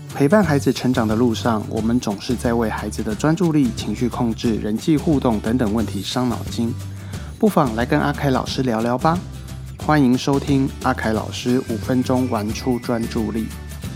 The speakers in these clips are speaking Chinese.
陪伴孩子成长的路上，我们总是在为孩子的专注力、情绪控制、人际互动等等问题伤脑筋。不妨来跟阿凯老师聊聊吧。欢迎收听阿凯老师5分钟玩出专注力。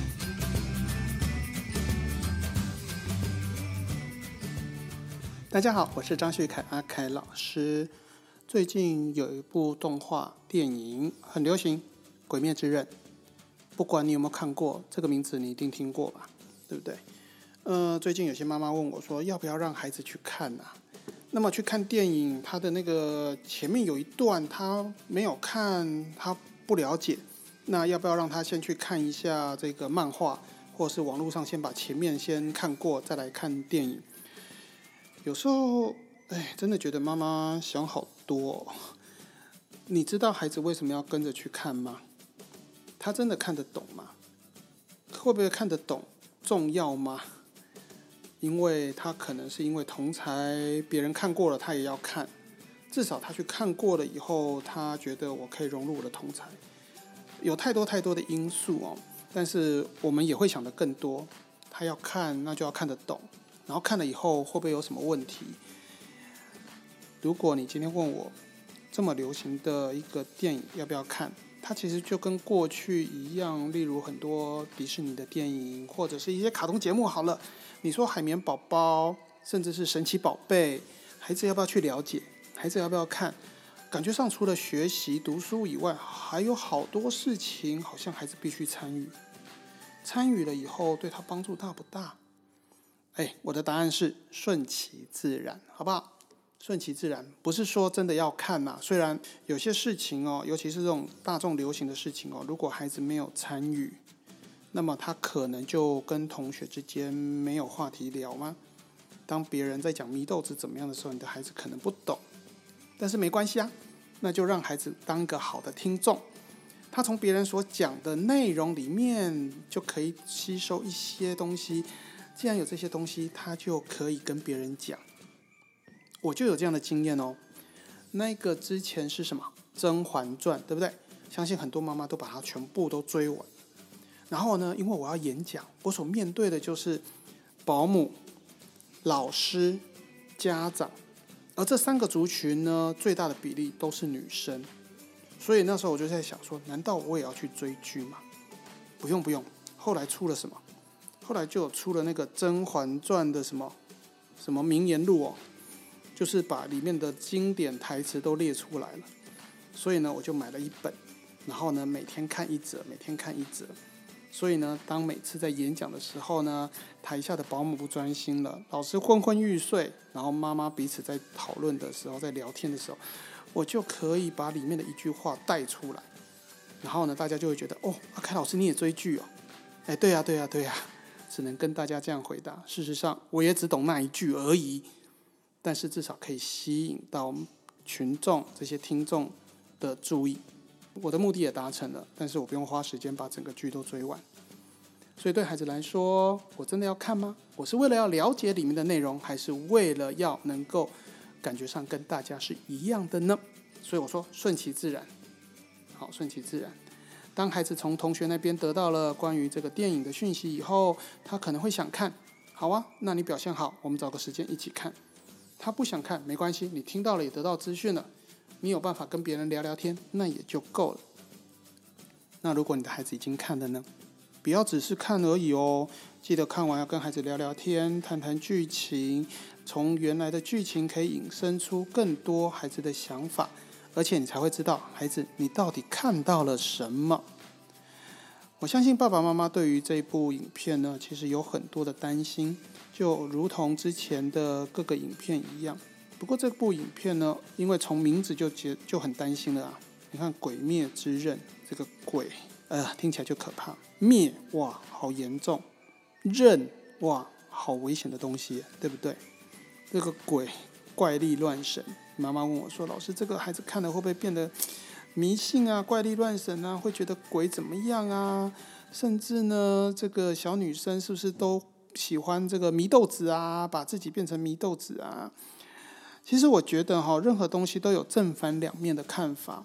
大家好，我是张旭凯，阿凯老师。最近有一部动画电影很流行，《鬼灭之刃》。不管你有没有看过，这个名字你一定听过吧，对不对？最近有些妈妈问我说，要不要让孩子去看啊？那么去看电影，他的那个前面有一段他没有看，他不了解，那要不要让他先去看一下这个漫画，或是网络上先把前面先看过，再来看电影？有时候，真的觉得妈妈想好多哦。你知道孩子为什么要跟着去看吗？他真的看得懂吗？会不会看得懂重要吗？因为他可能是因为同侪别人看过了，他也要看。至少他去看过了以后，他觉得我可以融入我的同侪。有太多太多的因素哦，但是我们也会想得更多。他要看，那就要看得懂。然后看了以后会不会有什么问题？如果你今天问我这么流行的一个电影要不要看，它其实就跟过去一样，例如很多迪士尼的电影或者是一些卡通节目好了，你说海绵宝宝甚至是神奇宝贝，孩子要不要去了解？孩子要不要看？感觉上除了学习读书以外，还有好多事情好像孩子必须参与。参与了以后对他帮助大不大？我的答案是顺其自然，好不好？顺其自然，不是说真的要看呐。虽然有些事情哦，尤其是这种大众流行的事情哦，如果孩子没有参与，那么他可能就跟同学之间没有话题聊吗？当别人在讲祢豆子怎么样的时候，你的孩子可能不懂，但是没关系啊，那就让孩子当一个好的听众。他从别人所讲的内容里面就可以吸收一些东西，既然有这些东西，他就可以跟别人讲。我就有这样的经验哦。那个之前是什么《甄嬛传》，对不对？相信很多妈妈都把它全部都追完。然后呢，因为我要演讲，我所面对的就是保姆、老师、家长，而这3个族群呢，最大的比例都是女生。所以那时候我就在想说，难道我也要去追剧吗？不用。后来出了什么？后来就有出了那个《甄嬛传》的什么名言录哦，就是把里面的经典台词都列出来了。所以呢，我就买了一本，然后呢，每天看一则。所以呢，当每次在演讲的时候呢，台下的保姆不专心了，老师昏昏欲睡，然后妈妈彼此在讨论的时候，在聊天的时候，我就可以把里面的一句话带出来。然后呢，大家就会觉得，阿凯老师你也追剧哦？对呀，只能跟大家这样回答。事实上，我也只懂那一句而已，但是至少可以吸引到群众这些听众的注意。我的目的也达成了，但是我不用花时间把整个剧都追完。所以对孩子来说，我真的要看吗？我是为了要了解里面的内容，还是为了要能够感觉上跟大家是一样的呢？所以我说顺其自然。好，顺其自然。当孩子从同学那边得到了关于这个电影的讯息以后，他可能会想看。好啊，那你表现好，我们找个时间一起看。他不想看没关系，你听到了也得到资讯了，你有办法跟别人聊聊天，那也就够了。那如果你的孩子已经看了呢？不要只是看而已哦，记得看完要跟孩子聊聊天，谈谈剧情，从原来的剧情可以引申出更多孩子的想法，而且你才会知道孩子你到底看到了什么。我相信爸爸妈妈对于这部影片呢，其实有很多的担心，就如同之前的各个影片一样。不过这部影片呢，因为从名字就很担心了啊。你看《鬼灭之刃》，这个鬼，听起来就可怕。灭，哇，好严重；刃，哇，好危险的东西，对不对？这个鬼，怪力乱神。妈妈问我说：“老师，这个孩子看了会不会变得迷信啊、怪力乱神啊？会觉得鬼怎么样啊？甚至呢，这个小女生是不是都喜欢这个祢豆子啊？把自己变成祢豆子啊？”其实我觉得任何东西都有正反两面的看法。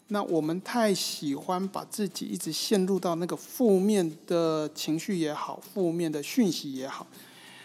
那我们太喜欢把自己一直陷入到那个负面的情绪也好，负面的讯息也好，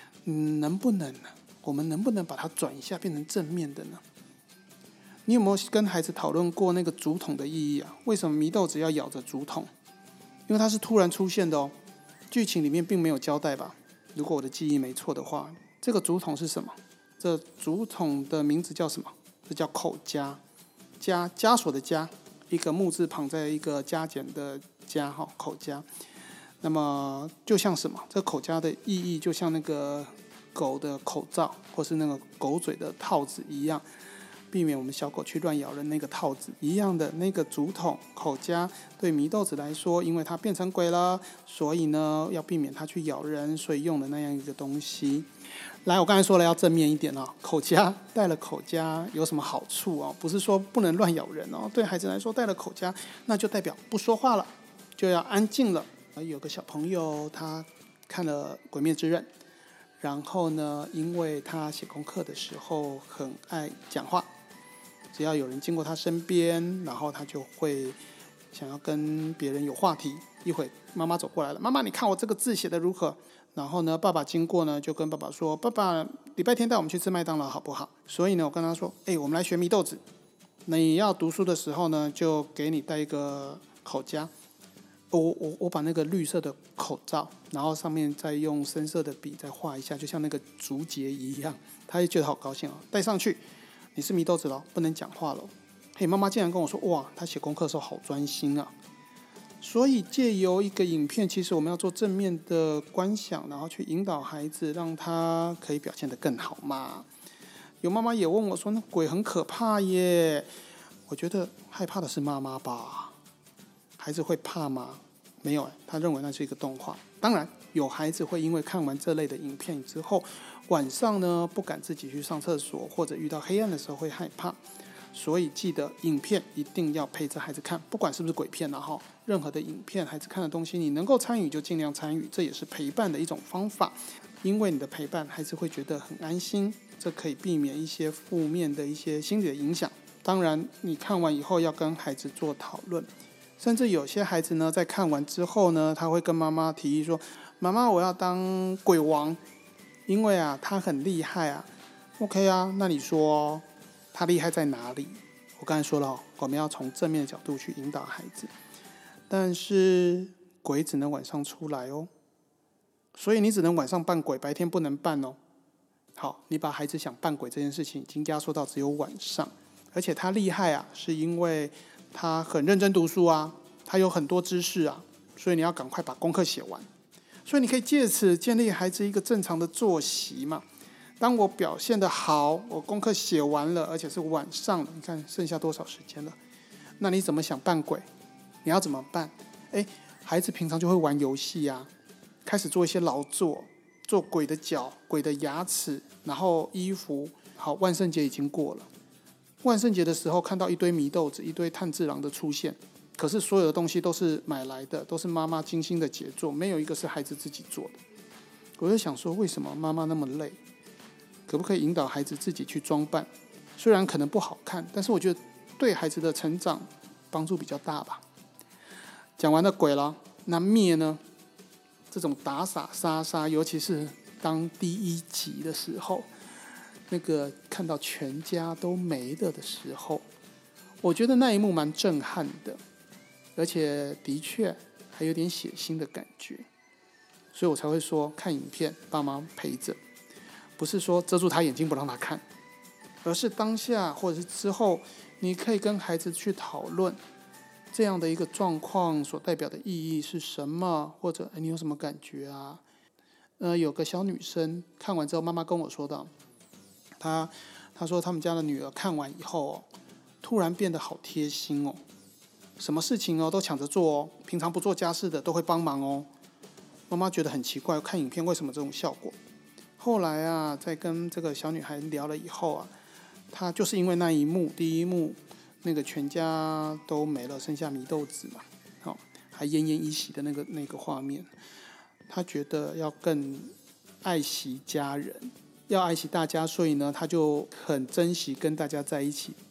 我们能不能把它转一下，变成正面的呢？你有没有跟孩子讨论过那个竹筒的意义啊？为什么祢豆子要咬着竹筒？因为它是突然出现的哦，剧情里面并没有交代吧？如果我的记忆没错的话，这个竹筒是什么？这竹筒的名字叫什么？这叫口枷，枷锁的枷，一个木字旁在一个加减的加，口枷。那么就像什么？这口枷的意义就像那个狗的口罩，或是那个狗嘴的套子一样，避免我们小狗去乱咬人那个套子一样的那个竹筒口枷，对祢豆子来说，因为它变成鬼了，所以呢要避免它去咬人，所以用的那样一个东西。来，我刚才说了要正面一点哦，口枷戴了口枷有什么好处哦？不是说不能乱咬人哦，对孩子来说戴了口枷，那就代表不说话了，就要安静了。有个小朋友他看了《鬼灭之刃》，然后呢，因为他写功课的时候很爱讲话，只要有人经过他身边，然后他就会想要跟别人有话题。一会妈妈走过来了，妈妈你看我这个字写得如何？然后呢，爸爸经过呢，就跟爸爸说，爸爸礼拜天带我们去吃麦当劳好不好？所以呢，我跟他说，我们来学祢豆子。你要读书的时候呢，就给你带一个口枷。我把那个绿色的口罩，然后上面再用深色的笔再画一下，就像那个竹节一样。他就觉得好高兴哦，戴上去，你是祢豆子了，不能讲话了。妈妈竟然跟我说，哇，他写功课的时候好专心啊。所以借由一个影片，其实我们要做正面的观想，然后去引导孩子，让他可以表现得更好嘛。有妈妈也问我说，那鬼很可怕耶。我觉得害怕的是妈妈吧，孩子会怕吗？没有，他认为那是一个动画。当然有孩子会因为看完这类的影片之后，晚上呢不敢自己去上厕所，或者遇到黑暗的时候会害怕。所以记得影片一定要陪着孩子看，不管是不是鬼片啦，任何的影片孩子看的东西，你能够参与就尽量参与，这也是陪伴的一种方法。因为你的陪伴，孩子会觉得很安心，这可以避免一些负面的一些心理的影响。当然你看完以后要跟孩子做讨论，甚至有些孩子呢在看完之后呢，他会跟妈妈提议说，妈妈我要当鬼王，因为他很厉害啊。 OK 啊，那你说他厉害在哪里？我刚才说了，我们要从正面的角度去引导孩子，但是鬼只能晚上出来哦，所以你只能晚上扮鬼，白天不能扮哦。好，你把孩子想扮鬼这件事情已经压缩到只有晚上，而且他厉害是因为他很认真读书啊，他有很多知识啊，所以你要赶快把功课写完。所以你可以借此建立孩子一个正常的作息嘛。当我表现得好，我功课写完了，而且是晚上了，你看剩下多少时间了？那你怎么想扮鬼？你要怎么办？孩子平常就会玩游戏啊，开始做一些劳作，做鬼的脚、鬼的牙齿，然后衣服。好，万圣节已经过了，万圣节的时候看到一堆祢豆子、一堆炭治郎的出现，可是所有的东西都是买来的，都是妈妈精心的杰作，没有一个是孩子自己做的。我就想说，为什么妈妈那么累？可不可以引导孩子自己去装扮？虽然可能不好看，但是我觉得对孩子的成长帮助比较大吧。讲完了鬼了，那灭呢？这种打洒杀杀，尤其是当第一集的时候，那个看到全家都没了的时候，我觉得那一幕蛮震撼的，而且的确还有点血腥的感觉，所以我才会说看影片爸妈陪着，不是说遮住他眼睛不让他看，而是当下或者是之后，你可以跟孩子去讨论这样的一个状况所代表的意义是什么，或者你有什么感觉啊？有个小女生看完之后，妈妈跟我说的，她说他们家的女儿看完以后突然变得好贴心哦，什么事情都抢着做哦，平常不做家事的都会帮忙哦。妈妈觉得很奇怪，看影片为什么这种效果？后来在跟这个小女孩聊了以后她就是因为那一幕，第一幕那个全家都没了，剩下祢豆子嘛，还奄奄一息的那个画面，她觉得要更爱惜家人，要爱惜大家，所以呢，她就很珍惜跟大家在一起的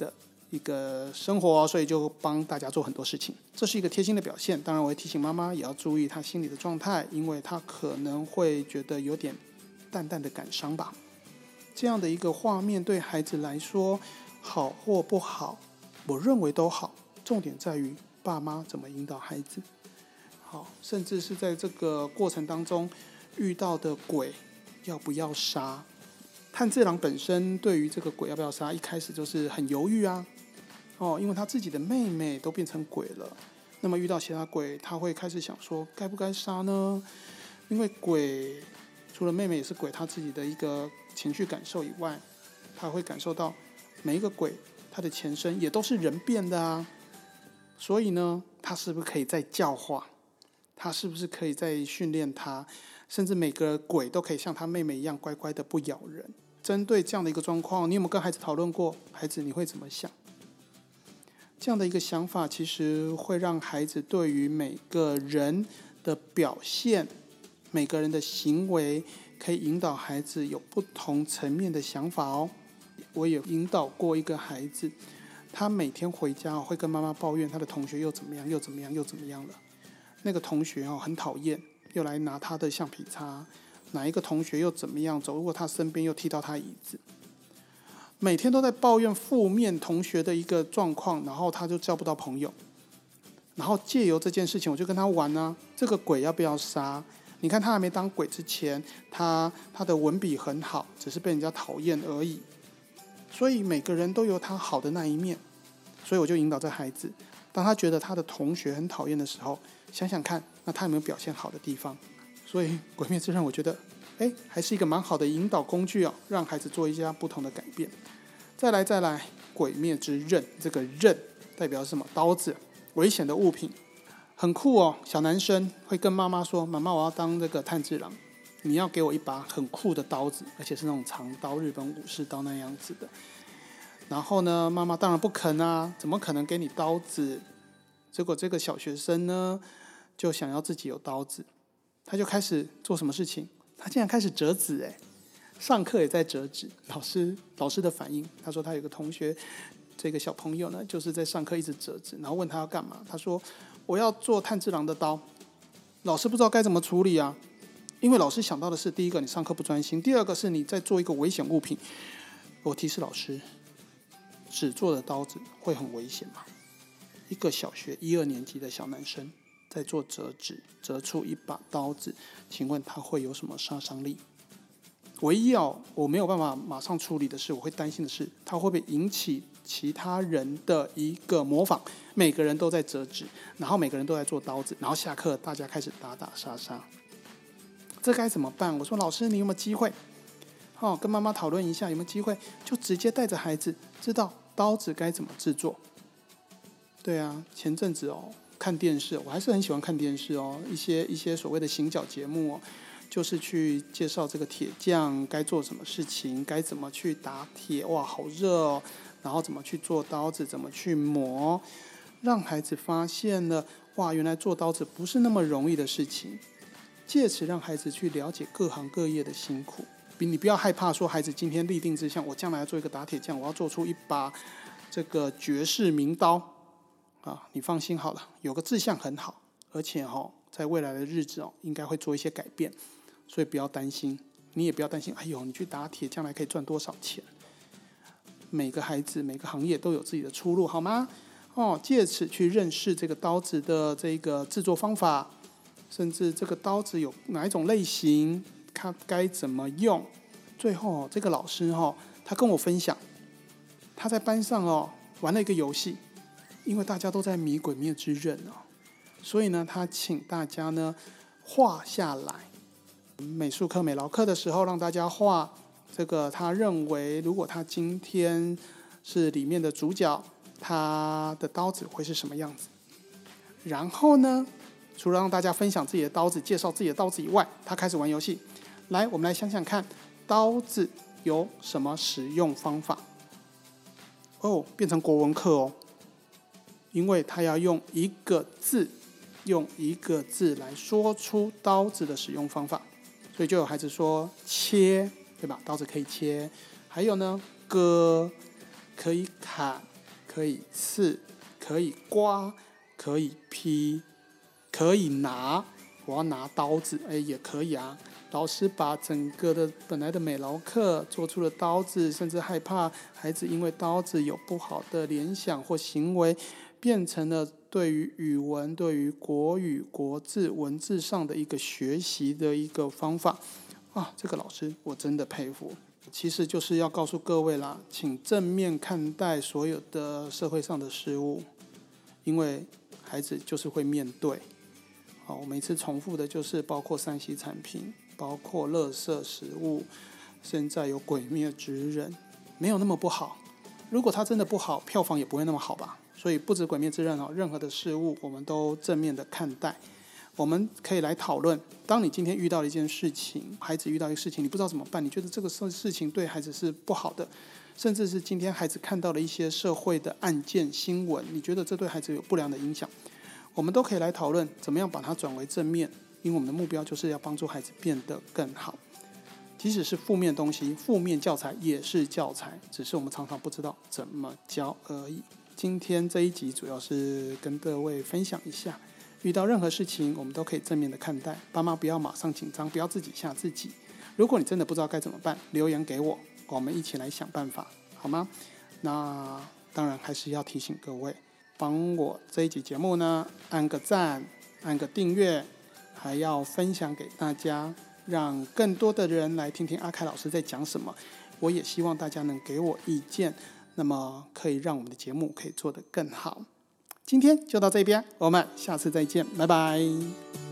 一个生活，所以就帮大家做很多事情，这是一个贴心的表现。当然我会提醒妈妈也要注意她心理的状态，因为她可能会觉得有点淡淡的感伤吧。这样的一个画面对孩子来说好或不好，我认为都好，重点在于爸妈怎么引导孩子。好，甚至是在这个过程当中遇到的鬼要不要杀。炭治郎本身对于这个鬼要不要杀，一开始就是很犹豫啊，因为他自己的妹妹都变成鬼了，那么遇到其他鬼，他会开始想说该不该杀呢？因为鬼除了妹妹也是鬼，他自己的一个情绪感受以外，他会感受到每一个鬼他的前身也都是人变的啊，所以呢，他是不是可以再教化？他是不是可以再训练他？甚至每个鬼都可以像他妹妹一样乖乖的不咬人。针对这样的一个状况，你有没有跟孩子讨论过？孩子你会怎么想？这样的一个想法其实会让孩子对于每个人的表现、每个人的行为，可以引导孩子有不同层面的想法哦。我也引导过一个孩子，他每天回家会跟妈妈抱怨他的同学又怎么样又怎么样又怎么样了。那个同学很讨厌，又来拿他的橡皮擦，哪一个同学又怎么样，走过他身边又踢到他椅子，每天都在抱怨负面同学的一个状况，然后他就交不到朋友。然后借由这件事情，我就跟他玩啊，这个鬼要不要杀？你看他还没当鬼之前，他的文笔很好，只是被人家讨厌而已。所以每个人都有他好的那一面，所以我就引导这孩子，当他觉得他的同学很讨厌的时候，想想看，那他有没有表现好的地方？所以《鬼灭之刃》我觉得，还是一个蛮好的引导工具哦，让孩子做一些不同的改变。再来，《鬼灭之刃》这个刃代表什么？刀子，危险的物品，很酷哦。小男生会跟妈妈说：“妈妈，我要当这个炭治郎，你要给我一把很酷的刀子，而且是那种长刀，日本武士刀那样子的。”然后呢，妈妈当然不肯啊，怎么可能给你刀子？结果这个小学生呢，就想要自己有刀子。他就开始做什么事情？他竟然开始折纸上课也在折纸。老师的反应，他说他有个同学，这个小朋友呢，就是在上课一直折纸，然后问他要干嘛，他说我要做炭治郎的刀。老师不知道该怎么处理啊，因为老师想到的是，第一个你上课不专心，第二个是你在做一个危险物品。我提示老师，纸做的刀子会很危险吗？一个小学1、2年级的小男生在做折纸，折出一把刀子，请问他会有什么杀伤力？唯一我没有办法马上处理的是，我会担心的是，他会不会引起其他人的一个模仿？每个人都在折纸，然后每个人都在做刀子，然后下课大家开始打打杀杀，这该怎么办？我说老师，你有没有机会？跟妈妈讨论一下，有没有机会就直接带着孩子知道刀子该怎么制作？对啊，前阵子看电视，我还是很喜欢看电视一些所谓的行脚节目就是去介绍这个铁匠该做什么事情，该怎么去打铁，哇，好热然后怎么去做刀子，怎么去磨，让孩子发现了，哇，原来做刀子不是那么容易的事情，借此让孩子去了解各行各业的辛苦。你不要害怕说孩子今天立定志向，我将来要做一个打铁匠，我要做出一把这个绝世名刀你放心好了，有个志向很好，而且在未来的日子应该会做一些改变，所以不要担心，你也不要担心，你去打铁将来可以赚多少钱？每个孩子每个行业都有自己的出路，好吗？借此去认识这个刀子的这个制作方法，甚至这个刀子有哪一种类型，它该怎么用。最后这个老师他跟我分享，他在班上玩了一个游戏，因为大家都在迷《鬼灭之刃》所以呢，他请大家呢画下来。美术课、美劳课的时候，让大家画这个他认为，如果他今天是里面的主角，他的刀子会是什么样子。然后呢，除了让大家分享自己的刀子、介绍自己的刀子以外，他开始玩游戏。来，我们来想想看，刀子有什么使用方法？变成国文课因为他要用一个字来说出刀子的使用方法，所以就有孩子说切，对吧？刀子可以切。还有呢，割可以砍， 可以刺，可以刮，可以劈，可以拿，我要拿刀子，也可以啊。老师把整个的本来的美劳课做出了刀子，甚至害怕孩子因为刀子有不好的联想或行为，变成了对于语文、对于国语、国字、文字上的一个学习的一个方法啊！这个老师我真的佩服。其实就是要告诉各位啦，请正面看待所有的社会上的事物，因为孩子就是会面对。好，我每次重复的就是包括3C 产品，包括垃圾食物，现在有鬼灭之刃，没有那么不好。如果它真的不好，票房也不会那么好吧。所以不止鬼灭之刃，任何的事物我们都正面的看待。我们可以来讨论，当你今天遇到了一件事情，孩子遇到一个事情，你不知道怎么办，你觉得这个事情对孩子是不好的，甚至是今天孩子看到了一些社会的案件新闻，你觉得这对孩子有不良的影响，我们都可以来讨论怎么样把它转为正面，因为我们的目标就是要帮助孩子变得更好。即使是负面东西，负面教材也是教材，只是我们常常不知道怎么教而已。今天这一集主要是跟各位分享一下，遇到任何事情我们都可以正面的看待，爸妈不要马上紧张，不要自己吓自己。如果你真的不知道该怎么办，留言给我，我们一起来想办法，好吗？那当然还是要提醒各位，帮我这一集节目呢按个赞，按个订阅，还要分享给大家，让更多的人来听听阿凯老师在讲什么。我也希望大家能给我意见，那么可以让我们的节目可以做得更好。今天就到这边，我们下次再见，拜拜。